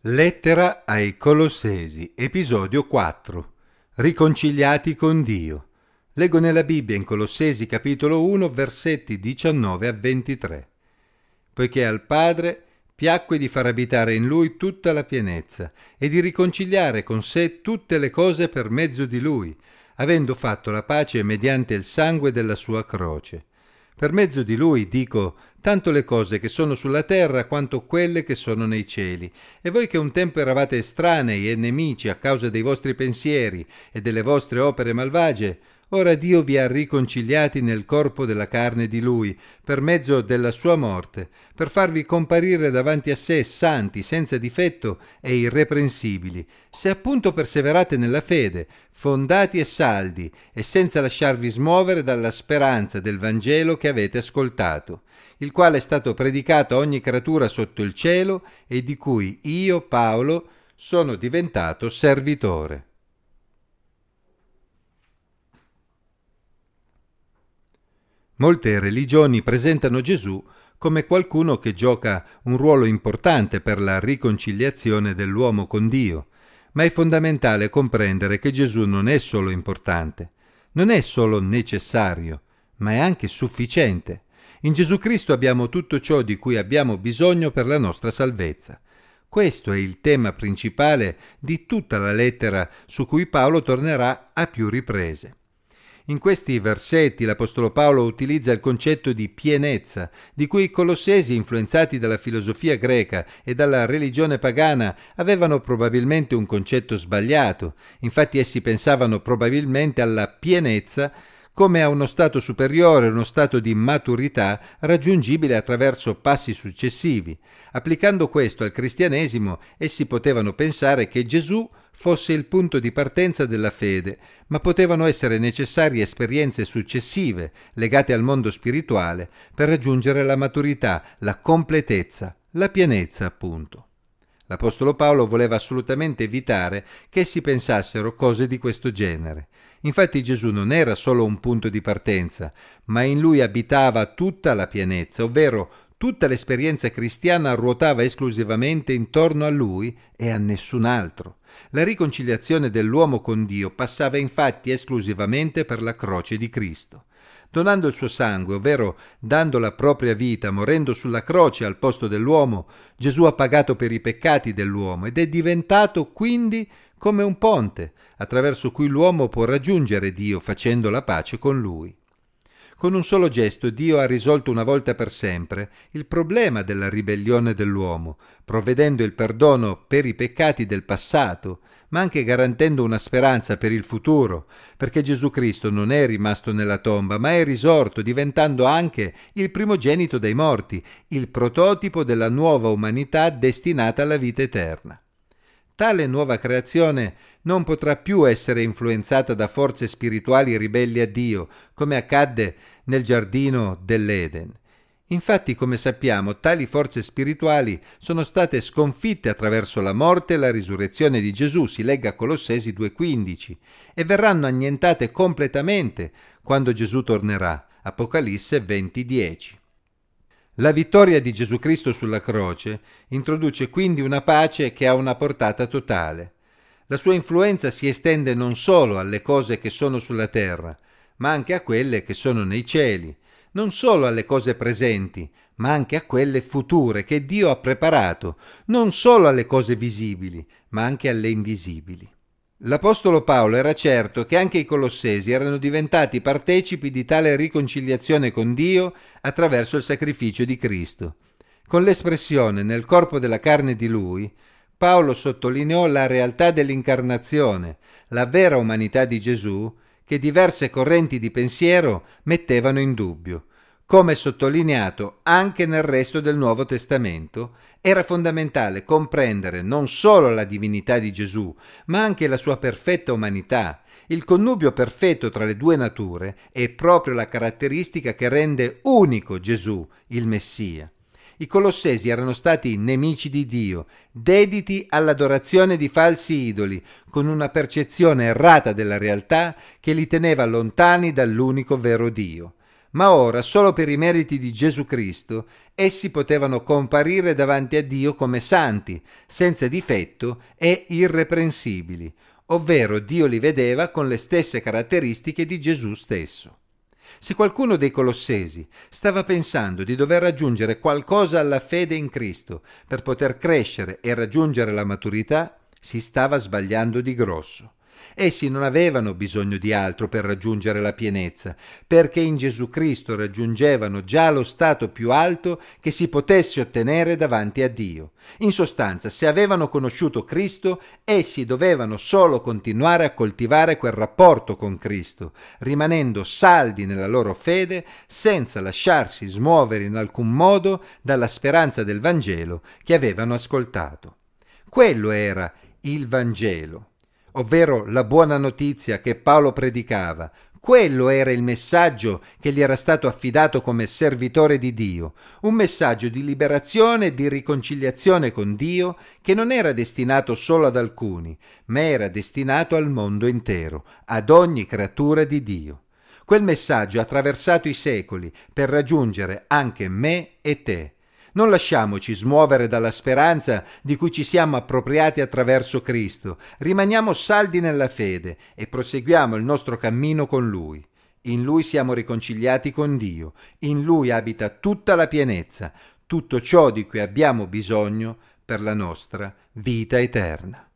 Lettera ai Colossesi, episodio 4. Riconciliati con Dio. Leggo nella Bibbia in Colossesi capitolo 1, versetti 19 a 23. Poiché al Padre piacque di far abitare in Lui tutta la pienezza e di riconciliare con sé tutte le cose per mezzo di Lui, avendo fatto la pace mediante il sangue della sua croce. Per mezzo di Lui, dico, tanto le cose che sono sulla terra quanto quelle che sono nei cieli. E voi che un tempo eravate estranei e nemici a causa dei vostri pensieri e delle vostre opere malvagie, ora Dio vi ha riconciliati nel corpo della carne di Lui, per mezzo della sua morte, per farvi comparire davanti a sé santi, senza difetto e irreprensibili, se appunto perseverate nella fede, fondati e saldi, e senza lasciarvi smuovere dalla speranza del Vangelo che avete ascoltato, il quale è stato predicato a ogni creatura sotto il cielo e di cui io, Paolo, sono diventato servitore. Molte religioni presentano Gesù come qualcuno che gioca un ruolo importante per la riconciliazione dell'uomo con Dio, ma è fondamentale comprendere che Gesù non è solo importante, non è solo necessario, ma è anche sufficiente. In Gesù Cristo abbiamo tutto ciò di cui abbiamo bisogno per la nostra salvezza. Questo è il tema principale di tutta la lettera su cui Paolo tornerà a più riprese. In questi versetti l'Apostolo Paolo utilizza il concetto di pienezza, di cui i Colossesi, influenzati dalla filosofia greca e dalla religione pagana, avevano probabilmente un concetto sbagliato. Infatti essi pensavano probabilmente alla pienezza come a uno stato superiore, uno stato di maturità raggiungibile attraverso passi successivi. Applicando questo al cristianesimo, essi potevano pensare che Gesù fosse il punto di partenza della fede, ma potevano essere necessarie esperienze successive, legate al mondo spirituale, per raggiungere la maturità, la completezza, la pienezza, appunto. L'Apostolo Paolo voleva assolutamente evitare che essi pensassero cose di questo genere. Infatti Gesù non era solo un punto di partenza, ma in lui abitava tutta la pienezza, ovvero tutta l'esperienza cristiana ruotava esclusivamente intorno a lui e a nessun altro. La riconciliazione dell'uomo con Dio passava infatti esclusivamente per la croce di Cristo. Donando il suo sangue, ovvero dando la propria vita, morendo sulla croce al posto dell'uomo, Gesù ha pagato per i peccati dell'uomo ed è diventato quindi come un ponte attraverso cui l'uomo può raggiungere Dio facendo la pace con Lui. Con un solo gesto Dio ha risolto una volta per sempre il problema della ribellione dell'uomo, provvedendo il perdono per i peccati del passato, ma anche garantendo una speranza per il futuro, perché Gesù Cristo non è rimasto nella tomba, ma è risorto, diventando anche il primogenito dei morti, il prototipo della nuova umanità destinata alla vita eterna. Tale nuova creazione non potrà più essere influenzata da forze spirituali ribelli a Dio, come accadde nel giardino dell'Eden. Infatti, come sappiamo, tali forze spirituali sono state sconfitte attraverso la morte e la risurrezione di Gesù, si legga a Colossesi 2,15, e verranno annientate completamente quando Gesù tornerà, Apocalisse 20,10. La vittoria di Gesù Cristo sulla croce introduce quindi una pace che ha una portata totale. La sua influenza si estende non solo alle cose che sono sulla terra, ma anche a quelle che sono nei cieli, non solo alle cose presenti, ma anche a quelle future che Dio ha preparato, non solo alle cose visibili, ma anche alle invisibili. L'Apostolo Paolo era certo che anche i Colossesi erano diventati partecipi di tale riconciliazione con Dio attraverso il sacrificio di Cristo. Con l'espressione nel corpo della carne di Lui, Paolo sottolineò la realtà dell'incarnazione, la vera umanità di Gesù, che diverse correnti di pensiero mettevano in dubbio. Come sottolineato anche nel resto del Nuovo Testamento, era fondamentale comprendere non solo la divinità di Gesù, ma anche la sua perfetta umanità. Il connubio perfetto tra le due nature è proprio la caratteristica che rende unico Gesù, il Messia. I Colossesi erano stati nemici di Dio, dediti all'adorazione di falsi idoli, con una percezione errata della realtà che li teneva lontani dall'unico vero Dio. ma ora solo per i meriti di Gesù Cristo essi potevano comparire davanti a Dio come santi, senza difetto e irreprensibili, ovvero Dio li vedeva con le stesse caratteristiche di Gesù stesso. Se qualcuno dei Colossesi stava pensando di dover aggiungere qualcosa alla fede in Cristo per poter crescere e raggiungere la maturità, si stava sbagliando di grosso. Essi non avevano bisogno di altro per raggiungere la pienezza, perché in Gesù Cristo raggiungevano già lo stato più alto che si potesse ottenere davanti a Dio. In sostanza, se avevano conosciuto Cristo, essi dovevano solo continuare a coltivare quel rapporto con Cristo, rimanendo saldi nella loro fede, senza lasciarsi smuovere in alcun modo dalla speranza del Vangelo che avevano ascoltato. Quello era il Vangelo, ovvero la buona notizia che Paolo predicava. Quello era il messaggio che gli era stato affidato come servitore di Dio, un messaggio di liberazione e di riconciliazione con Dio che non era destinato solo ad alcuni, ma era destinato al mondo intero, ad ogni creatura di Dio. Quel messaggio ha attraversato i secoli per raggiungere anche me e te. Non lasciamoci smuovere dalla speranza di cui ci siamo appropriati attraverso Cristo. Rimaniamo saldi nella fede e proseguiamo il nostro cammino con Lui. In Lui siamo riconciliati con Dio. In Lui abita tutta la pienezza, tutto ciò di cui abbiamo bisogno per la nostra vita eterna.